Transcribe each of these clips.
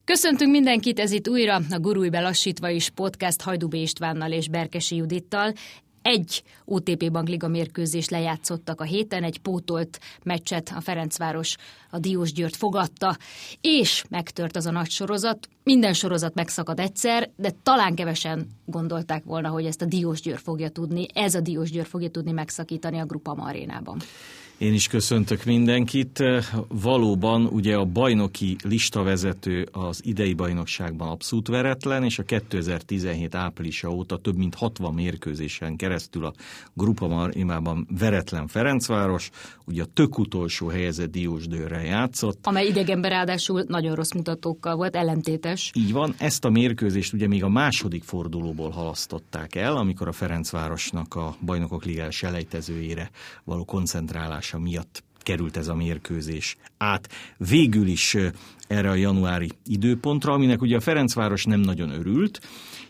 Köszöntünk mindenkit, ez itt újra a Gurulj be lassítva is podcast Hajdú B. Istvánnal és Berkesi Judittal. Egy OTP Bankliga mérkőzést lejátszottak a héten, egy pótolt meccset a Ferencváros a Diósgyőrt fogadta, és megtört az a nagy sorozat. Minden sorozat megszakad egyszer, de talán kevesen gondolták volna, hogy ezt a Diósgyőr fogja tudni, ez a Diósgyőr fogja tudni megszakítani a Groupama arénában. Én is köszöntök mindenkit. Valóban ugye a bajnoki listavezető az idei bajnokságban abszolút veretlen, és a 2017 áprilisa óta több mint 60 mérkőzésen keresztül a Groupama arénában veretlen Ferencváros, ugye a tök utolsó helyezett Diósgyőrrel játszott. Amely idegenben ráadásul nagyon rossz mutatókkal volt, ellentétes. Így van, ezt a mérkőzést ugye még a második fordulóból halasztották el, amikor a Ferencvárosnak a Bajnokok Ligája selejtezőjére való koncentrálás miatt került ez a mérkőzés át. Végül is erre a januári időpontra, aminek ugye a Ferencváros nem nagyon örült,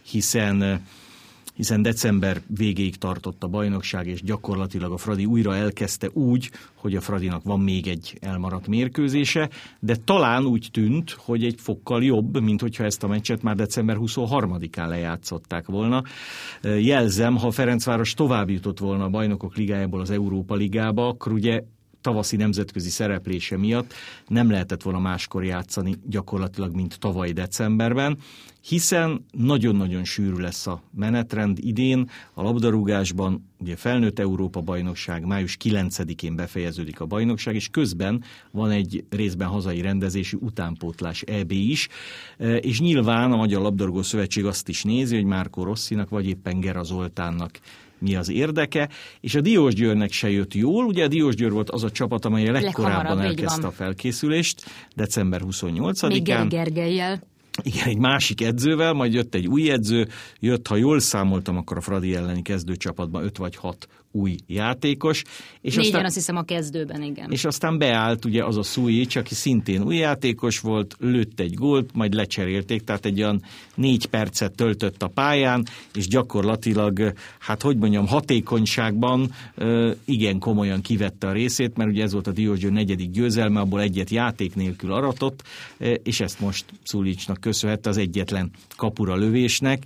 hiszen december végéig tartott a bajnokság, és gyakorlatilag a Fradi újra elkezdte úgy, hogy a Fradinak van még egy elmaradt mérkőzése, de talán úgy tűnt, hogy egy fokkal jobb, mint hogyha ezt a meccset már december 23-án lejátszották volna. Jelzem, ha Ferencváros tovább jutott volna a Bajnokok Ligájából az Európa Ligába, akkor ugye tavaszi nemzetközi szereplése miatt nem lehetett volna máskor játszani gyakorlatilag, mint tavaly decemberben, hiszen nagyon-nagyon sűrű lesz a menetrend idén. A labdarúgásban ugye felnőtt Európa-bajnokság május 9-én befejeződik a bajnokság, és közben van egy részben hazai rendezésű utánpótlás EB is, és nyilván a Magyar Labdarúgó Szövetség azt is nézi, hogy Márkó Rosszinak vagy éppen Gera Zoltánnak mi az érdeke, és a Diósgyőrnek se jött jól. Ugye a Diósgyőr volt az a csapat, amely legkorábban elkezdte a felkészülést, december 28-án. Még Gergelyel. Igen, egy másik edzővel, majd jött egy új edző, ha jól számoltam, akkor a Fradi elleni kezdőcsapatban 5 vagy 6 új játékos. És Négyen aztán, azt hiszem a kezdőben, igen. És aztán beállt ugye az a Szújics, aki szintén új játékos volt, lőtt egy gólt, majd lecserélték, tehát egy olyan 4 percet töltött a pályán, és gyakorlatilag, hatékonyságban igen komolyan kivette a részét, mert ugye ez volt a Diósgyőr 4. győzelme, abból egyet játék nélkül aratott, és ezt most Szújicsnak köszönhette, az egyetlen kapura lövésnek.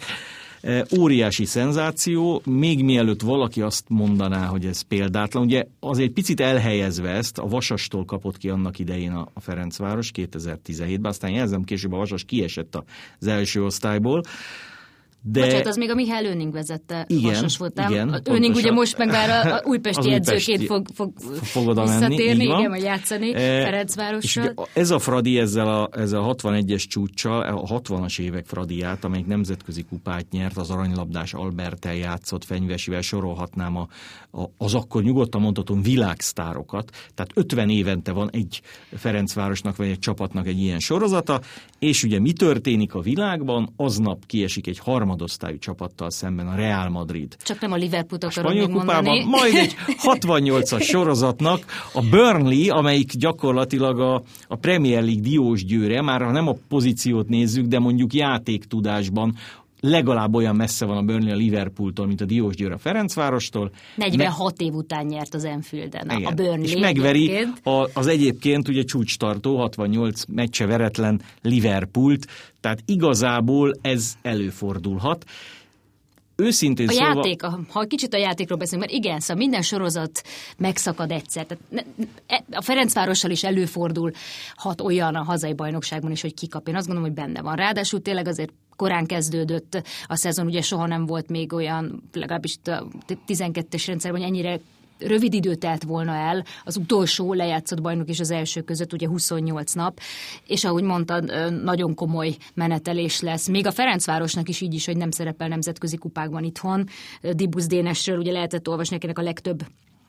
Óriási szenzáció, még mielőtt valaki azt mondaná, hogy ez példátlan, ugye azért picit elhelyezve ezt, a Vasastól kapott ki annak idején a Ferencváros 2017-ben, aztán jelzem, később a Vasas kiesett az első osztályból. Bocsánat, az még a Mihály Lőning vezette, Vasas voltám. Igen, Lőning ugye most meg már a újpesti edzőként fog visszatérni, igen, vagy játszani Ferencvárossal. Ez a Fradi ezzel a 61-es csúccsal, a 60-as évek Fradiát, amelyik nemzetközi kupát nyert, az aranylabdás Alberttel játszott, Fenyvesivel, sorolhatnám az akkor nyugodtan mondhatom világsztárokat, tehát 50 évente van egy Ferencvárosnak vagy egy csapatnak egy ilyen sorozata, és ugye mi történik a világban? Aznap kiesik egy harmadosztályú csapattal szemben a Real Madrid. Csak nem a Liverpoolt akarom még mondani. Majd egy 68-as sorozatnak a Burnley, amelyik gyakorlatilag a Premier League Diósgyőre, már ha nem a pozíciót nézzük, de mondjuk játéktudásban legalább olyan messze van a Burnley a Liverpooltól, mint a Diósgyőr a Ferencvárostól. 46 év után nyert az Anfielden a Burnley. És megveri az egyébként ugye csúcstartó 68 meccse veretlen Liverpoolt, tehát igazából ez előfordulhat. Őszintén szólva... játék, ha kicsit a játékról beszélünk, mert igen, szóval minden sorozat megszakad egyszer. Tehát a Ferencvárossal is előfordulhat olyan a hazai bajnokságban is, hogy kikap. Én azt gondolom, hogy benne van. Ráadásul tényleg azért korán kezdődött a szezon, ugye soha nem volt még olyan, legalábbis a 12-es rendszerben, hogy ennyire rövid idő telt volna el, az utolsó lejátszott bajnok és az első között, ugye 28 nap, és ahogy mondtad, nagyon komoly menetelés lesz. Még a Ferencvárosnak is így is, hogy nem szerepel nemzetközi kupákban itthon. Dibusz Dénesről ugye lehetett olvasni, akinek a legtöbb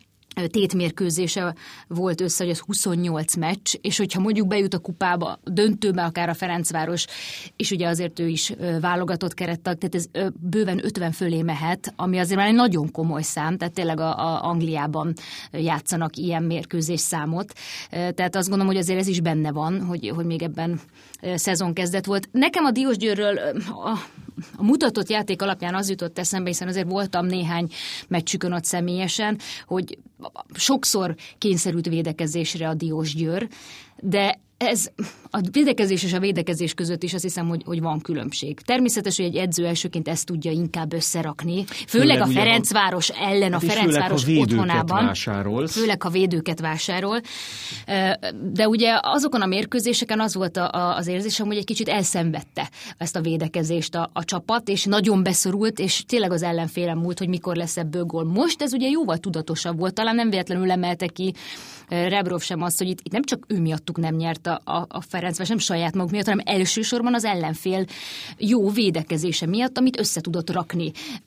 tétmérkőzése volt össze, hogy az 28 meccs, és hogyha mondjuk bejut a kupába, döntőbe akár a Ferencváros, és ugye azért ő is válogatott kerettag, tehát ez bőven 50 fölé mehet, ami azért már egy nagyon komoly szám, tehát tényleg a Angliában játszanak ilyen mérkőzés számot. Tehát azt gondolom, hogy azért ez is benne van, hogy még ebben szezonkezdet volt. Nekem a Diósgyőrről a mutatott játék alapján az jutott eszembe, hiszen azért voltam néhány meccsükön ott személyesen, hogy sokszor kényszerült védekezésre a Diósgyőr, de Ez a védekezés és a védekezés között is azt hiszem, hogy van különbség. Természetes, hogy egy edző elsőként ezt tudja inkább összerakni, főleg a Ferencváros ellen, a Ferencváros otthonában. Főleg, ha védőket vásárol. De ugye azokon a mérkőzéseken az volt az érzésem, hogy egy kicsit elszenvedte ezt a védekezést a csapat, és nagyon beszorult, és tényleg az ellenfélem múlt, hogy mikor lesz ebből gól. Most ez ugye jóval tudatosabb volt, talán nem véletlenül emelte ki Rebrov sem azt, hogy itt nem csak ő miattuk nem nyert a Ferencváros, nem saját maguk miatt, hanem elsősorban az ellenfél jó védekezése miatt, amit össze tudott rakni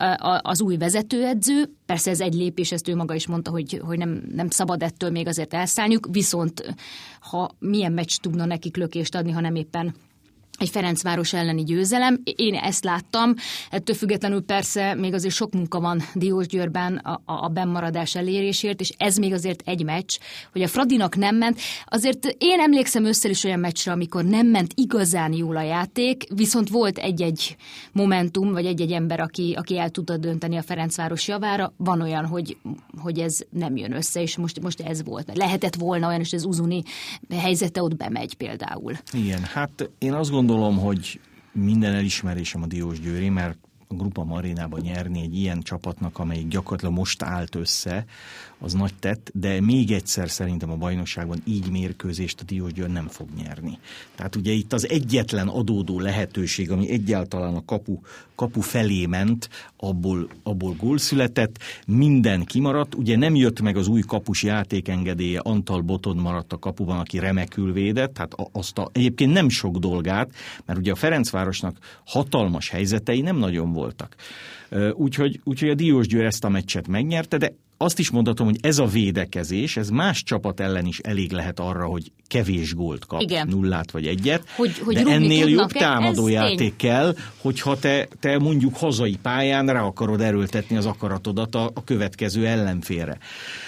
az új vezetőedző. Persze ez egy lépés, ezt ő maga is mondta, hogy nem szabad ettől még azért elszállniuk, viszont ha milyen meccs tudna nekik lökést adni, ha nem éppen egy Ferencváros elleni győzelem. Én ezt láttam, ettől függetlenül persze még azért sok munka van Diósgyőrben a bennmaradás elérésért, és ez még azért egy meccs, hogy a Fradinak nem ment. Azért én emlékszem össze is olyan meccsre, amikor nem ment igazán jól a játék, viszont volt egy-egy momentum, vagy egy-egy ember, aki el tudta dönteni a Ferencváros javára. Van olyan, hogy ez nem jön össze, és most ez volt. Lehetett volna olyan, és ez Uzuni helyzete ott bemegy például. Igen, hát én azt gondolom, hogy minden elismerésem a Diósgyőri, mert a Grupa Marinában nyerni egy ilyen csapatnak, amelyik gyakorlatilag most állt össze, az nagy tett, de még egyszer szerintem a bajnokságban így mérkőzést a Diósgyőr nem fog nyerni. Tehát ugye itt az egyetlen adódó lehetőség, ami egyáltalán a kapu felé ment, abból gól született, minden kimaradt, ugye nem jött meg az új kapus játékengedélye, Antal Botond maradt a kapuban, aki remekül védett, tehát egyébként nem sok dolgát, mert ugye a Ferencvárosnak hatalmas helyzetei nem nagyon voltak. Úgyhogy a Diósgyőr ezt a meccset megnyerte, de azt is mondhatom, hogy ez a védekezés, ez más csapat ellen is elég lehet arra, hogy kevés gólt kap, igen, 0 vagy 1, hogy de ennél jobb támadójáték kell, hogyha te mondjuk hazai pályán rá akarod erőltetni az akaratodat a következő ellenfélre.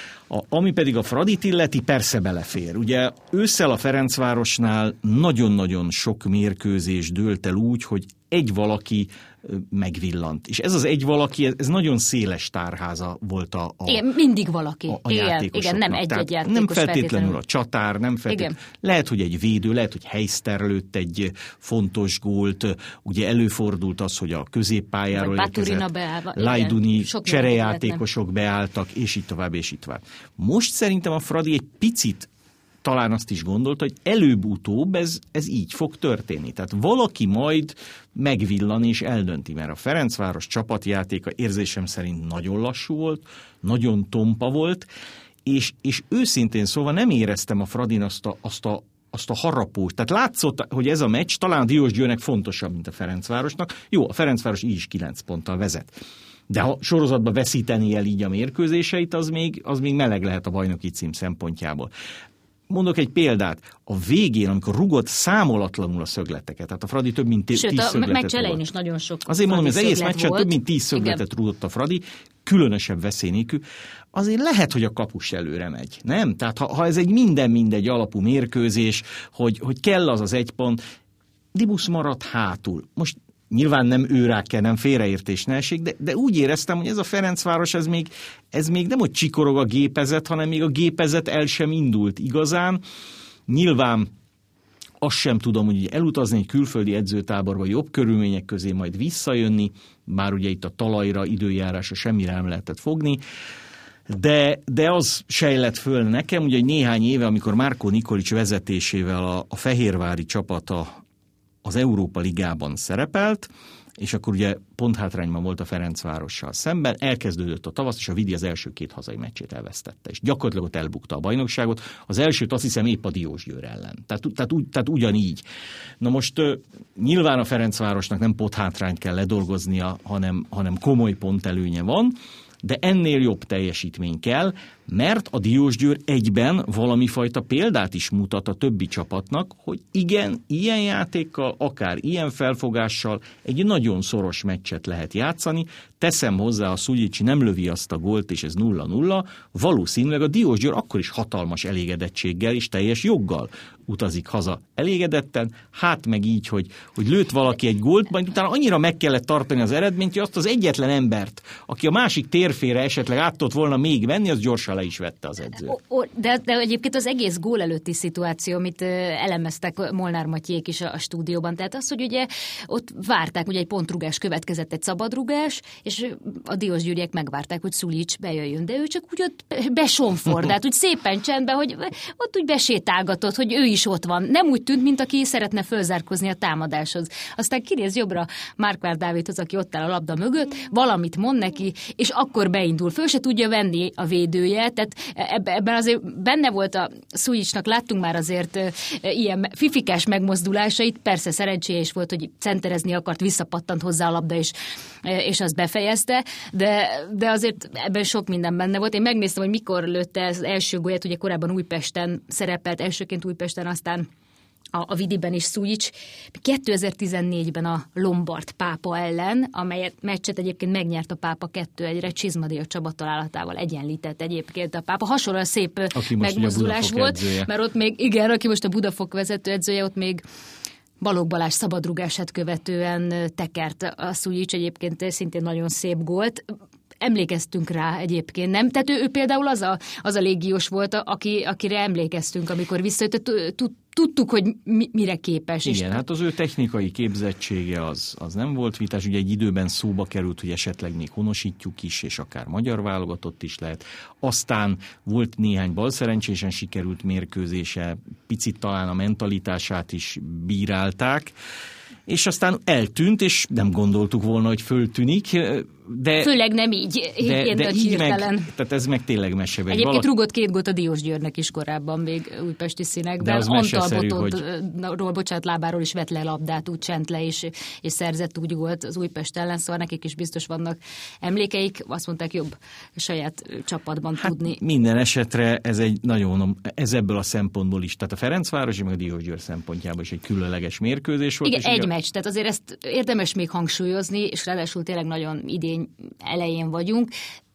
Ami pedig a Fradit illeti, persze belefér. Ugye ősszel a Ferencvárosnál nagyon-nagyon sok mérkőzés dőlt el úgy, hogy egy valaki megvillant. És ez az egy valaki, ez nagyon széles tárháza volt igen, mindig valaki. A igen, nem egy-egy játékos. Nem feltétlenül a csatár, nem feltétlenül. Igen. Lehet, hogy egy védő, lehet, hogy Heister lőtt egy fontos gólt. Ugye előfordult az, hogy a középpályáról érkezett Lajduni cserejátékosok beálltak, és így tovább, és így tovább. Most szerintem a Fradi egy picit talán azt is gondolta, hogy előbb-utóbb ez így fog történni. Tehát valaki majd megvillan és eldönti, mert a Ferencváros csapatjátéka érzésem szerint nagyon lassú volt, nagyon tompa volt, és őszintén szóval nem éreztem a Fradin azt a harapót. Tehát látszott, hogy ez a meccs talán a Diósgyőrnek fontosabb, mint a Ferencvárosnak. Jó, a Ferencváros így is 9 ponttal vezet. De ha sorozatba veszíteni el így a mérkőzéseit, az még meleg lehet a bajnoki cím szempontjából. Mondok egy példát. A végén, amikor rugott számolatlanul a szögleteket, tehát a Fradi több mint 10 szögletet volt. Sőt, a meccs elején is nagyon sok azért mondom, hogy az egész meccsen több mint 10 szögletet rúgott a Fradi, különösebb veszély nélkül. Azért lehet, hogy a kapus előre megy, nem? Tehát ha ez egy minden-mindegy alapú mérkőzés, hogy kell az egy pont, Dibusz maradt hátul. Most nyilván nem őrá kell, nem félreértés ne esik, de úgy éreztem, hogy ez a Ferencváros, ez még nem, hogy csikorog a gépezet, hanem még a gépezet el sem indult igazán. Nyilván azt sem tudom, hogy elutazni egy külföldi edzőtáborba jobb körülmények közé majd visszajönni, bár ugye itt a talajra, időjárásra semmire nem lehetett fogni, de az sejlett föl nekem, ugye néhány éve, amikor Márko Nikolić vezetésével a fehérvári csapata az Európa Ligában szerepelt, és akkor ugye ponthátrányban volt a Ferencvárossal szemben, elkezdődött a tavasz, és a Vidi az első 2 hazai meccsét elvesztette, és gyakorlatilag ott elbukta a bajnokságot. Az elsőt azt hiszem épp a Diósgyőr ellen. Tehát ugyanígy. Na most nyilván a Ferencvárosnak nem ponthátrányt kell ledolgoznia, hanem komoly pontelőnye van, de ennél jobb teljesítmény kell, mert a Diósgyőr egyben valami fajta példát is mutat a többi csapatnak, hogy igen, ilyen játékkal, akár ilyen felfogással egy nagyon szoros meccset lehet játszani. Teszem hozzá, a Szuljici nem lövi azt a gólt, és ez 0-0, valószínűleg a Diósgyőr akkor is hatalmas elégedettséggel és teljes joggal utazik haza elégedetten, hát meg így, hogy lőtt valaki egy gólt, majd utána annyira meg kellett tartani az eredményt, hogy azt az egyetlen embert, aki a másik térfére esetleg át tudott volna még venni, az gyorsan fele is vette az edző. De egyébként az egész gól előtti szituáció, amit elemeztek Molnár Matyék is a stúdióban, tehát az, hogy ugye ott várták, ugye egy pontrugás következett, egy szabadrugás, és a Diósgyőriek megvárták, hogy Szulics bejöjjön, de ő csak úgy ott besonfordált, úgy szépen csendben, hogy ott úgy besétálgatott, hogy ő is ott van. Nem úgy tűnt, mint aki szeretne fölzárkozni a támadáshoz. Aztán kinéz jobbra Márkvár Dávidhoz, aki ott áll a labda mögött, valamit mond neki, és akkor beindul. Föl se tudja venni a védője, tehát ebben azért benne volt a Szulicsnak, láttunk már azért ilyen fifikás megmozdulásait, persze szerencséje is volt, hogy centerezni akart, visszapattant hozzá a labda, és azt befejezte, de azért ebben sok minden benne volt. Én megnéztem, hogy mikor lőtte az első gólját, ugye korábban Újpesten szerepelt, elsőként Újpesten, aztán a Vidiben is Szulics. 2014-ben a Lombard Pápa ellen, amelyet meccset egyébként megnyert a Pápa 2-1-re, Csizmadia Csaba találatával egyenlített egyébként a Pápa. Hasonlóan szép megmozdulás volt, edzője. Mert ott még, igen, aki most a Budafok vezetőedzője, ott még Balogh Balázs szabadrugását követően tekert a Szulics, egyébként szintén nagyon szép gólt. Emlékeztünk rá egyébként, nem? Tehát ő például az a légiós volt, akire emlékeztünk, amikor visszajött, tudtuk, hogy mire képes. Igen, hát az ő technikai képzettsége az nem volt vitás, ugye egy időben szóba került, hogy esetleg még honosítjuk is, és akár magyar válogatott is lehet. Aztán volt néhány balszerencsésen sikerült mérkőzése, picit talán a mentalitását is bírálták, és aztán eltűnt, és nem gondoltuk volna, hogy föltűnik. De, főleg nem így. De így meg, tehát ez meg tényleg mesevegy. Egyébként rúgott 2 gólt a Diósgyőrnek is korábban, még újpesti színekben. Antal Botondról, bocsánat, lábáról is vett le labdát, úgy csent le, és szerzett úgy gólt az Újpest ellen, szóval nekik is biztos vannak emlékeik. Azt mondták, jobb saját csapatban tudni. Minden esetre ez ebből a szempontból is, tehát a Ferencváros, meg a Diósgyőr szempontjából is egy különleges mérkőzés volt. Igen, egy meccs, tehát azért ezt érdemes még hangsúlyozni, és ráadásul tényleg nagyon idén elején vagyunk,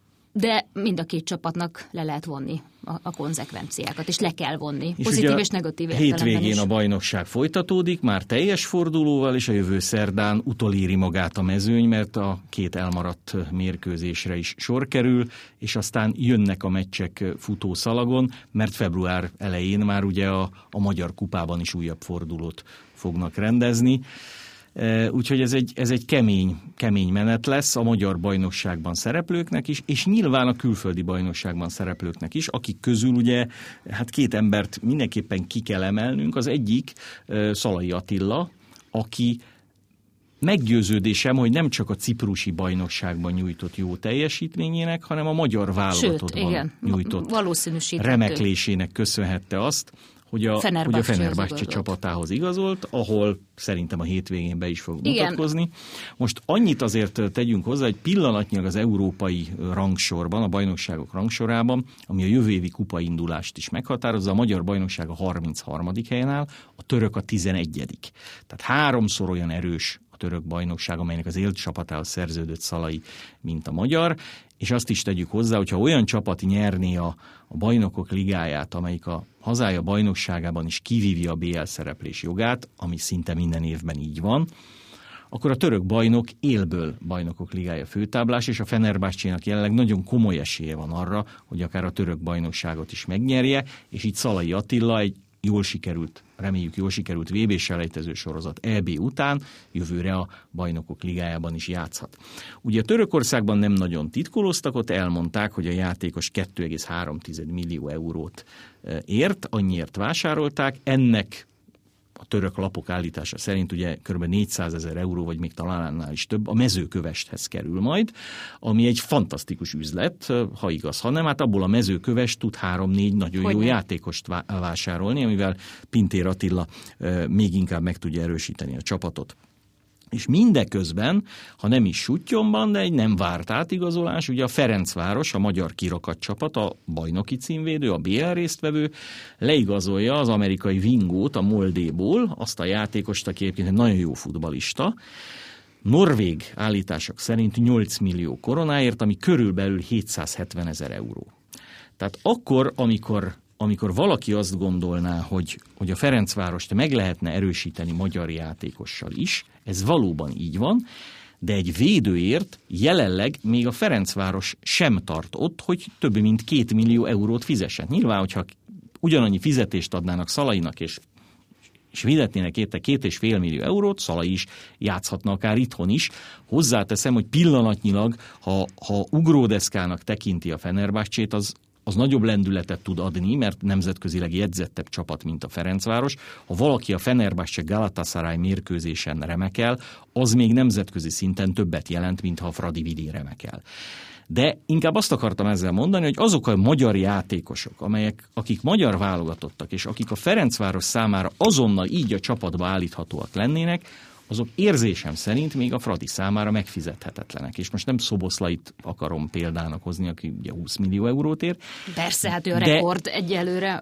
de mind a két csapatnak le lehet vonni a konzekvenciákat, és le kell vonni. Pozitív és negatív értelemben is. Hétvégén a bajnokság folytatódik, már teljes fordulóval, és a jövő szerdán utoléri magát a mezőny, mert a 2 elmaradt mérkőzésre is sor kerül, és aztán jönnek a meccsek futószalagon, mert február elején már ugye a Magyar Kupában is újabb fordulót fognak rendezni. Úgyhogy ez egy kemény menet lesz a magyar bajnokságban szereplőknek is, és nyilván a külföldi bajnokságban szereplőknek is, akik közül ugye hát 2 embert mindenképpen ki kell emelnünk. Az egyik Szalai Attila, aki meggyőződésem, hogy nem csak a ciprusi bajnokságban nyújtott jó teljesítményének, hanem a magyar válogatottban nyújtott remeklésének köszönhette azt, hogy a Fenerbahce csapatához igazolt, ahol szerintem a hétvégén be is fog mutatkozni. Most annyit azért tegyünk hozzá, hogy pillanatnyilag az európai rangsorban, a bajnokságok rangsorában, ami a jövő évi kupaindulást is meghatározza, a magyar bajnokság a 33. helyen áll, a török a 11. Tehát 3-szor olyan erős a török bajnokság, amelynek az élt csapatához szerződött Szalai, mint a magyar, és azt is tegyük hozzá, hogyha olyan csapat nyerné a bajnokok ligáját, amelyik a hazája bajnokságában is kivívja a BL szereplés jogát, ami szinte minden évben így van, akkor a török bajnok élből bajnokok ligája főtáblás, és a Fenerbahcénak jelenleg nagyon komoly esélye van arra, hogy akár a török bajnokságot is megnyerje, és itt Szalai Attila egy reméljük jól sikerült VB-s selejtező sorozat EB után jövőre a bajnokok ligájában is játszhat. Ugye a Törökországban nem nagyon titkoloztak, ott elmondták, hogy a játékos 2,3 millió eurót ért, annyiért vásárolták, ennek a török lapok állítása szerint ugye kb. 400 000 euró, vagy még talán annál is több, a Mezőkövesdhez kerül majd, ami egy fantasztikus üzlet, ha igaz, ha nem, hát abból a Mezőkövesd tud 3-4 nagyon jó játékost vásárolni, amivel Pintér Attila még inkább meg tudja erősíteni a csapatot. És mindeközben, ha nem is suttyomban, de egy nem várt átigazolás, ugye a Ferencváros, a magyar kirakat csapat, a bajnoki címvédő, a BL résztvevő, leigazolja az amerikai Vingót a Moldéból, azt a játékost, aki egyébként egy nagyon jó futballista, norvég állítások szerint 8 millió koronáért, ami körülbelül 770 000 euró. Tehát akkor, amikor valaki azt gondolná, hogy a Ferencvárost meg lehetne erősíteni magyar játékossal is, ez valóban így van, de egy védőért jelenleg még a Ferencváros sem tart ott, hogy több mint 2 millió eurót fizessen. Nyilván, hogyha ugyanannyi fizetést adnának Szalainak, és fizetnének érte 2,5 millió eurót, Szalai is játszhatna akár itthon is. Hozzáteszem, hogy pillanatnyilag, ha ugródeszkának tekinti a Fenerbahcsét, az nagyobb lendületet tud adni, mert nemzetközileg jegyzettebb csapat, mint a Ferencváros. Ha valaki a Fenerbahce Galatasaray mérkőzésen remekel, az még nemzetközi szinten többet jelent, mint ha a Fradi vidén remekel. De inkább azt akartam ezzel mondani, hogy azok a magyar játékosok, akik magyar válogatottak, és akik a Ferencváros számára azonnal így a csapatba állíthatóak lennének, azok érzésem szerint még a Fradi számára megfizethetetlenek. És most nem Szoboszlait akarom példának hozni, aki ugye 20 millió eurót ér. Persze, hát ő a rekord egyelőre.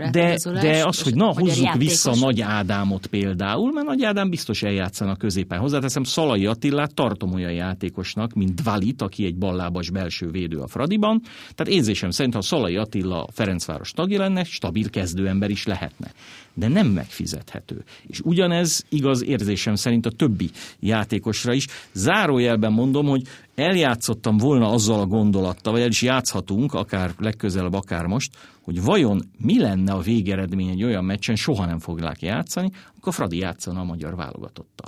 De az, hogy hozzuk vissza Nagy Ádámot például, mert Nagy Ádám biztos eljátszana középen. Hozzáteszem, Szalai Attilát tartom olyan játékosnak, mint Dvalit, aki egy ballábas belső védő a Fradiban. Tehát érzésem szerint, ha Szalai Attila Ferencváros tagja lenne, stabil kezdőember is lehetne. De nem megfizethető. És ugyanez igaz érzésem szerint a többi játékosra is. Zárójelben mondom, hogy eljátszottam volna azzal a gondolattal, vagy el is játszhatunk, akár legközelebb, akár most, hogy vajon mi lenne a végeredmény egy olyan meccsen, soha nem foglák játszani, akkor Fradi játszana a magyar válogatottal.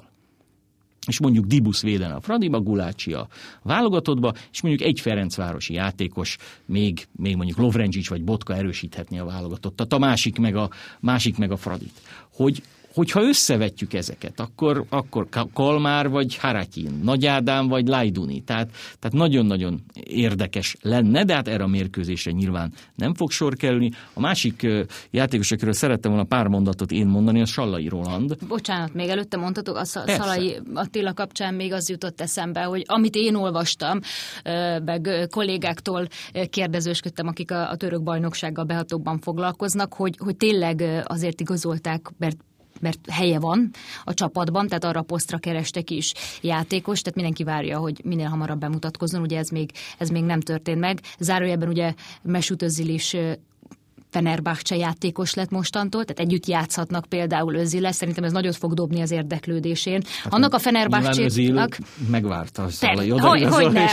És mondjuk Dibusz védene a Fradiba, Gulácsi a válogatottba, és mondjuk egy ferencvárosi játékos, még mondjuk Lovrencsics vagy Botka erősíthetné a válogatottat, a másik meg a Fradit. Hogyha összevetjük ezeket, akkor Kalmár vagy Haratyin, Nagy Ádám vagy Lajduni. Tehát nagyon-nagyon érdekes lenne, de hát erre a mérkőzésre nyilván nem fog sor kerülni. A másik játékos, akiről szerettem volna pár mondatot én mondani, az Sallai Roland. Bocsánat, még előtte mondhatok, a Szalai Attila kapcsán még az jutott eszembe, hogy amit én olvastam, meg kollégáktól kérdezősködtem, akik a török bajnoksággal behatóbban foglalkoznak, hogy tényleg azért igazolták, mert helye van a csapatban, tehát arra a posztra kerestek is játékos, tehát mindenki várja, hogy minél hamarabb bemutatkozzon, ugye ez még nem történt meg. Zárójelben ugye Mesut Özil is Fenerbahce játékos lett mostantól, tehát együtt játszhatnak például Özillel, szerintem ez nagyot fog dobni az érdeklődésén. Hát annak a Fenerbahce-nak... megvárta a Szalai Hogyne.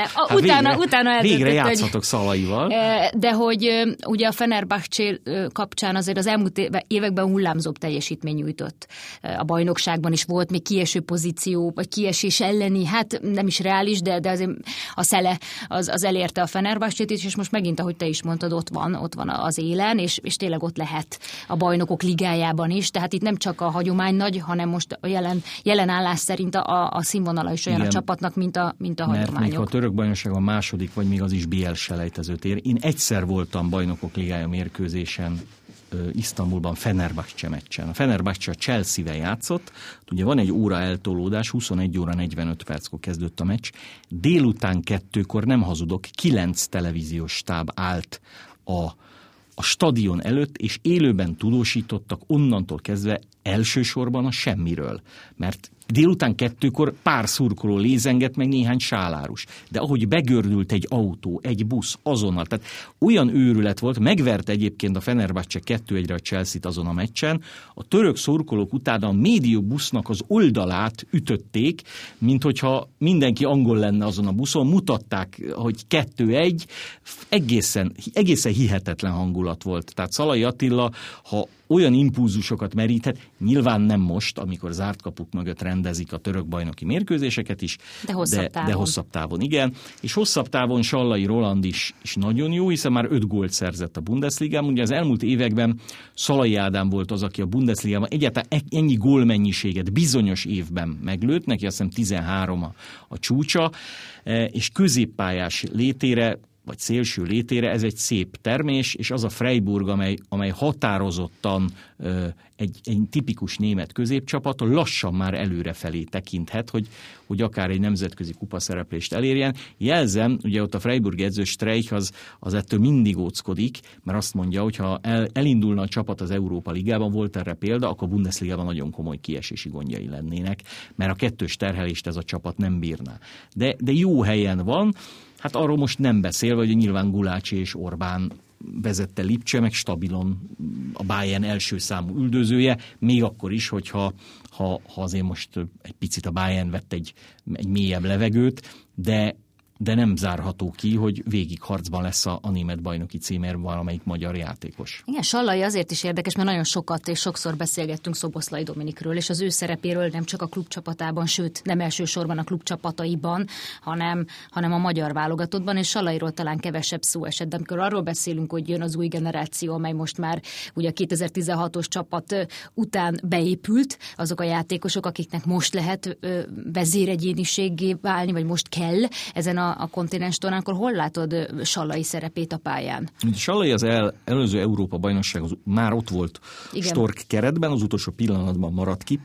Utána végre játszhatok Szalaival. De hogy ugye a Fenerbahce kapcsán azért az elmúlt években hullámzóbb teljesítmény nyújtott. A bajnokságban is volt még kieső pozíció, vagy kiesés elleni, hát nem is reális, de azért a szele az elérte a Fenerbahce-t is, és most megint, ahogy te is mondtad, ott van az élen, és tényleg ott lehet a bajnokok ligájában is, tehát itt nem csak a hagyomány nagy, hanem most a jelen állás szerint a színvonala is olyan a csapatnak, mint a hagyományok. Mert még a török bajnokság a második, vagy még az is BL selejtezőt ér. Én egyszer voltam bajnokok ligája mérkőzésen Isztambulban Fenerbahce meccsen. A Fenerbahce a Chelsea-vel játszott, ugye van egy óra eltolódás, 21 óra 45 perckor kezdődött a meccs, délután 2-kor, nem hazudok, 9 televíziós stáb állt a stadion előtt, és élőben tudósítottak onnantól kezdve elsősorban a semmiről. Mert délután 2-kor pár szurkoló lézengett, meg néhány sálárus. De ahogy begördült egy autó, egy busz azonnal, tehát olyan őrület volt, megverte egyébként a Fenerbahce 2-1-re a Chelsea-t azon a meccsen, a török szurkolók utána a médiabusznak az oldalát ütötték, mint hogyha mindenki angol lenne azon a buszon, mutatták, hogy 2-1, egészen hihetetlen hangulat volt. Tehát Szalai Attila, ha olyan impulzusokat meríthet, nyilván nem most, amikor zárt kapuk mögött rendezik a török bajnoki mérkőzéseket is, de hosszabb távon igen. És hosszabb távon Sallai Roland is nagyon jó, hiszen már 5 gólt szerzett a Bundesligában. Ugye az elmúlt években Szalai Ádám volt az, aki a Bundesligában egyáltalán ennyi gólmennyiséget bizonyos évben meglőtt, neki azt hiszem 13 a csúcsa, és középpályás létére, vagy szélső létére, ez egy szép termés, és az a Freiburg, amely határozottan egy tipikus német középcsapat, lassan már előrefelé tekinthet, hogy akár egy nemzetközi kupaszereplést elérjen. Jelzem, ugye ott a Freiburg edző Streich az ettől mindig óckodik, mert azt mondja, hogy ha elindulna a csapat az Európa Ligában, volt erre példa, akkor a Bundesligában nagyon komoly kiesési gondjai lennének, mert a kettős terhelést ez a csapat nem bírná. De jó helyen van. Hát arról most nem beszélve, hogy nyilván Gulácsi és Orbán vezette Lipcse, meg stabilon a Bayern első számú üldözője, még akkor is, hogyha azért most egy picit a Bayern vett egy mélyebb levegőt, de nem zárható ki, hogy végig harcban lesz a német bajnoki címért valamelyik magyar játékos. Igen, Sallai azért is érdekes, mert nagyon sokat és sokszor beszélgettünk Szoboszlai Dominikről, és az ő szerepéről nem csak a klubcsapatában, sőt, nem elsősorban a klubcsapataiban, hanem a magyar válogatottban, és Sallairól talán kevesebb szó esett. De amikor arról beszélünk, hogy jön az új generáció, amely most már ugye a 2016-os csapat után beépült, azok a játékosok, akiknek most lehet vezéregyéniséggé válni, vagy most kell ezen a kontinensten, akkor hol látod Sallai szerepét a pályán? Sallai az előző Európa-bajnokság már ott volt Stork keretben, az utolsó pillanatban maradt ki.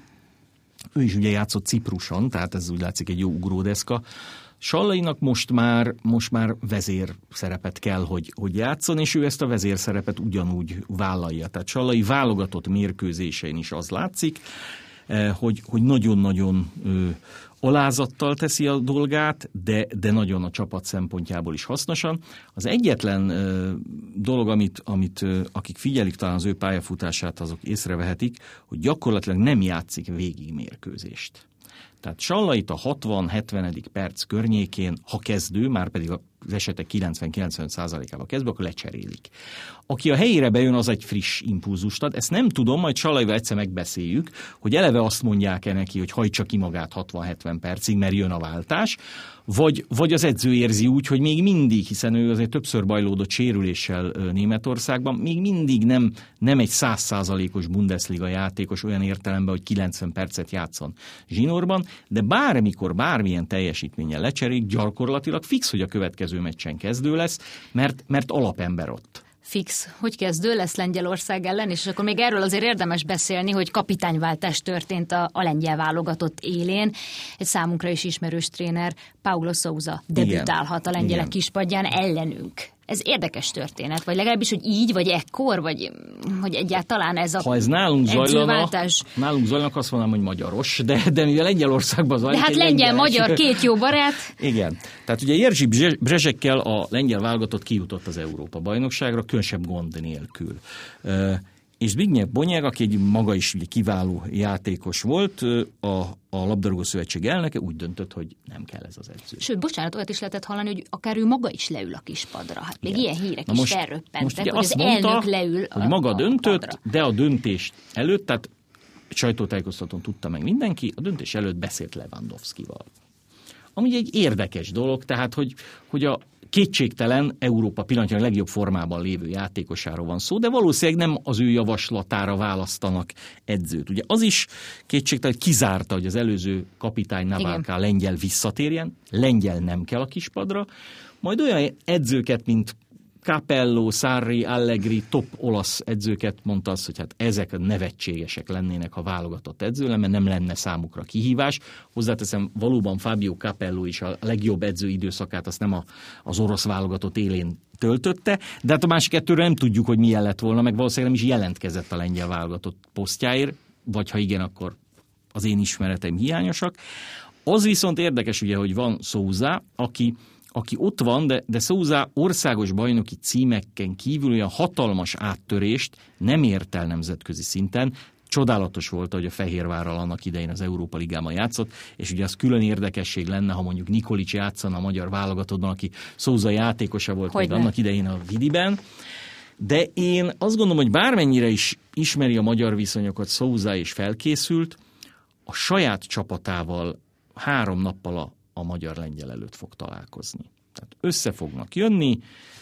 Ő is ugye játszott Cipruson, tehát ez úgy látszik egy jó ugródeszka. Sallainak most már vezér szerepet kell, hogy játszon, és ő ezt a vezér szerepet ugyanúgy vállalja. Tehát Sallai válogatott mérkőzésein is az látszik, hogy nagyon-nagyon alázattal teszi a dolgát, de nagyon a csapat szempontjából is hasznosan. Az egyetlen dolog, amit akik figyelik talán az ő pályafutását, azok észrevehetik, hogy gyakorlatilag nem játszik végig mérkőzést. Tehát Sallait a 60-70. perc környékén, ha kezdő, már pedig az esetek 90-95%-ában kezdve, akkor lecserélik. Aki a helyére bejön, az egy friss impulzust ad. Ezt nem tudom, majd Sallaival egyszer megbeszéljük, hogy eleve azt mondják-e neki, hogy hajtsa ki magát 60-70 percig, mert jön a váltás, vagy az edző érzi úgy, hogy még mindig, hiszen ő azért többször bajlódott sérüléssel Németországban, még mindig nem egy 100%-os Bundesliga játékos olyan értelemben, hogy 90 percet játszon zsinórban, de bármikor, bármilyen teljesítménnyel lecserélik, gyakorlatilag fix, hogy a következő meccsen kezdő lesz, mert alapember ott. Fix, hogy kezdő lesz Lengyelország ellen, és akkor még erről azért érdemes beszélni, hogy kapitányváltás történt a lengyel válogatott élén. Egy számunkra is ismerős tréner, Paulo Sousa debütálhat a lengyelek kispadján ellenünk. Ez érdekes történet, vagy legalábbis, hogy így, vagy ekkor, vagy hogy egyáltalán ez a ha ez nálunk zajlana, azt mondanám, hogy magyaros, de mivel Lengyelországban zajlik. De hát lengyel-magyar, két jó barát. Igen. Tehát ugye Jerzy Brezsekkel a lengyel válogatott kijutott az Európa-bajnokságra, különösebb gond nélkül. És Zbigniew Boniek, aki egy maga is ugye kiváló játékos volt, a labdarúgó szövetség elnöke úgy döntött, hogy nem kell ez az edző. Sőt, bocsánat, olyat is lehetett hallani, hogy akár ő maga is leül a kispadra. Hát még ilyen hírek is felröppentek, hogy az elnök leül hogy maga döntött, de a döntés előtt, tehát sajtótájékoztatón tudta meg mindenki, a döntés előtt beszélt Lewandowskival. Ami egy érdekes dolog, tehát hogy a kétségtelen Európa pillanatnyilag legjobb formában lévő játékosáról van szó, de valószínűleg nem az ő javaslatára választanak edzőt. Ugye az is kétségtelen, hogy kizárta, hogy az előző kapitány Navalka lengyel visszatérjen, lengyel nem kell a kispadra, majd olyan edzőket, mint Capello, Sarri, Allegri, top olasz edzőket mondta azt, hogy hát ezek nevetségesek lennének, ha válogatott edző lenne, mert nem lenne számukra kihívás. Hozzáteszem, valóban Fabio Capello is a legjobb edző időszakát azt nem az orosz válogatott élén töltötte, de hát a másik kettőről nem tudjuk, hogy milyen lett volna, meg valószínűleg nem is jelentkezett a lengyel válogatott posztjáért, vagy ha igen, akkor az én ismereteim hiányosak. Az viszont érdekes ugye, hogy van Sousa, aki ott van, de Sousa országos bajnoki címeken kívül olyan hatalmas áttörést nem ért el nemzetközi szinten. Csodálatos volt, hogy a Fehérvárral annak idején az Európa Ligában játszott, és ugye az külön érdekesség lenne, ha mondjuk Nikolic játszana a magyar válogatottban, aki Sousa játékosa volt még annak idején a Vidiben. De én azt gondolom, hogy bármennyire is ismeri a magyar viszonyokat Sousa és felkészült, a saját csapatával 3 nappal a magyar-lengyel előtt fog találkozni. Tehát össze fognak jönni,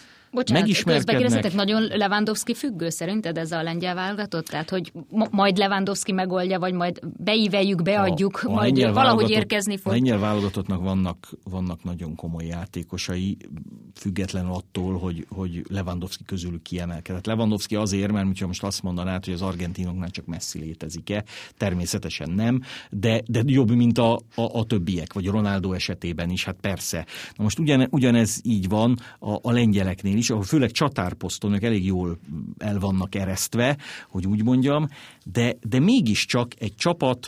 megismerkednek. Nagyon Lewandowski függő szerinted ez a lengyel válogatott? Tehát, hogy majd Lewandowski megoldja, vagy majd beíveljük, beadjuk, majd valahogy érkezni fog? A lengyel válogatottnak vannak nagyon komoly játékosai, függetlenül attól, hogy Lewandowski közülük kiemelkedett. Lewandowski azért, mert hogyha most azt mondanád, hogy az argentinoknál csak Messi létezik-e, természetesen nem, de jobb, mint a többiek, vagy Ronaldo esetében is, hát persze. Na most ugyanez így van a lengyeleknél is, ahol főleg csatárposzton ők elég jól el vannak eresztve, hogy úgy mondjam, de mégiscsak egy csapat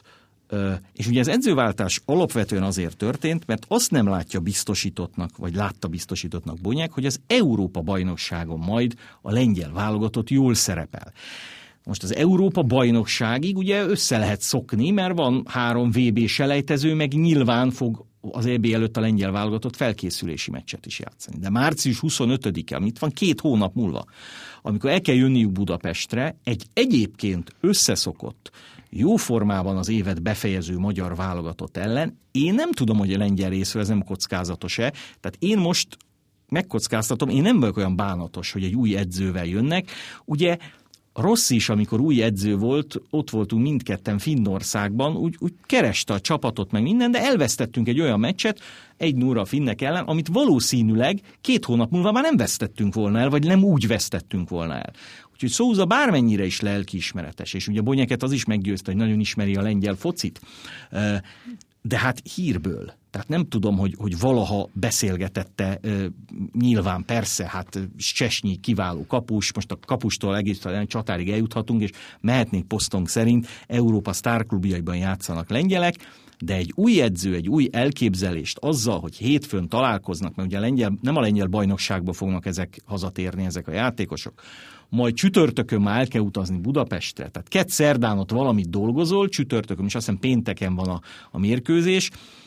És ugye az edzőváltás alapvetően azért történt, mert azt nem látja biztosítottnak, vagy látta biztosítottnak Bonyek, hogy az Európa-bajnokságon majd a lengyel válogatott jól szerepel. Most az Európa-bajnokságig ugye össze lehet szokni, mert van 3 VB-selejtező, meg nyilván fog az EB előtt a lengyel válogatott felkészülési meccset is játszani. De március 25-e, amit van 2 hónap múlva, amikor el kell jönniük Budapestre, egy egyébként összeszokott, jó formában az évet befejező magyar válogatott ellen, én nem tudom, hogy a lengyel részről ez nem kockázatos-e, tehát én most megkockáztatom, én nem vagyok olyan bánatos, hogy egy új edzővel jönnek. Ugye Rossz is, amikor új edző volt, ott voltunk mindketten Finnországban, úgy kereste a csapatot meg minden, de elvesztettünk egy olyan meccset 1-0 a finnek ellen, amit valószínűleg 2 hónap múlva már nem vesztettünk volna el, vagy nem úgy vesztettünk volna el. Úgyhogy Sousa bármennyire is lelkiismeretes, és ugye Bonyeket az is meggyőzte, hogy nagyon ismeri a lengyel focit, de hát hírből. Tehát nem tudom, hogy valaha beszélgetette, nyilván persze, hát Szczesnyi kiváló kapus, most a kapustól egész csatárig eljuthatunk, és mehetnénk posztunk szerint, Európa sztárklubjaiban játszanak lengyelek, de egy új edző, egy új elképzelést azzal, hogy hétfőn találkoznak, mert ugye nem a lengyel bajnokságba fognak ezek hazatérni, ezek a játékosok, majd csütörtökön már el kell utazni Budapestre, tehát kedd-szerdán ott valamit dolgozol, csütörtökön, és azt hiszem pénteken van a mérkőzés.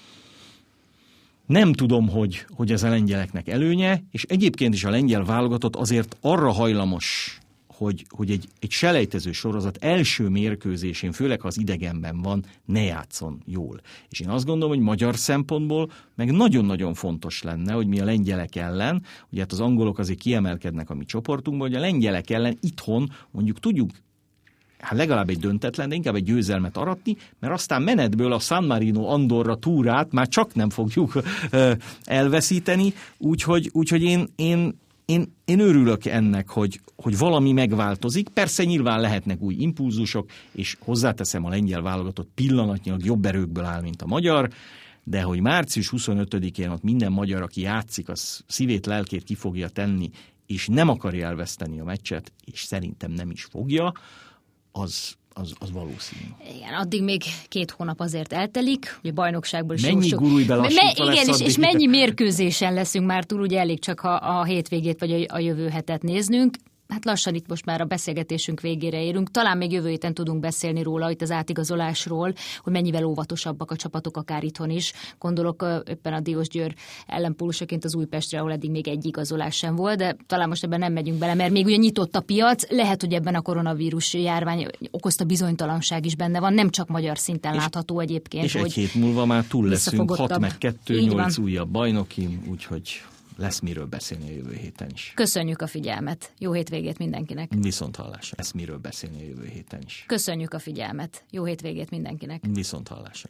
Nem tudom, hogy ez a lengyeleknek előnye, és egyébként is a lengyel válogatott azért arra hajlamos, hogy egy selejtező sorozat első mérkőzésén, főleg ha az idegenben van, ne játszon jól. És én azt gondolom, hogy magyar szempontból meg nagyon-nagyon fontos lenne, hogy mi a lengyelek ellen, ugye hát az angolok azért kiemelkednek a mi csoportunkban, hogy a lengyelek ellen itthon mondjuk tudjuk hát legalább egy döntetlen, de inkább egy győzelmet aratni, mert aztán menetből a San Marino Andorra túrát már csak nem fogjuk elveszíteni, úgyhogy én örülök ennek, hogy valami megváltozik. Persze nyilván lehetnek új impulzusok, és hozzáteszem, a lengyel válogatott pillanatnyilag jobb erőkből áll, mint a magyar, de hogy március 25-én ott minden magyar, aki játszik, az szívét, lelkét ki fogja tenni, és nem akarja elveszteni a meccset, és szerintem nem is fogja, az valószínű. Igen, addig még 2 hónap azért eltelik, ugye bajnokságból is mennyi gurulj belassítva lesz igen, addig. és mennyi mérkőzésen leszünk már túl, ugye elég csak a hétvégét vagy a jövő hetet néznünk. Hát lassan itt most már a beszélgetésünk végére érünk. Talán még jövő héten tudunk beszélni róla, itt az átigazolásról, hogy mennyivel óvatosabbak a csapatok akár itthon is. Gondolok éppen a Diósgyőr ellenpólusaként az Újpestre, ahol eddig még egy igazolás sem volt, de talán most ebben nem megyünk bele, mert még ugye nyitott a piac. Lehet, hogy ebben a koronavírus járvány okozta bizonytalanság is benne van, nem csak magyar szinten látható egyébként. És egy hét múlva már túl leszünk, 6-2, 8 újabb bajnoki, úgyhogy lesz miről beszélni a jövő héten is. Köszönjük a figyelmet. Jó hétvégét mindenkinek. Viszonthallásra. Lesz miről beszélni a jövő héten is. Köszönjük a figyelmet. Jó hétvégét mindenkinek. Viszonthallásra.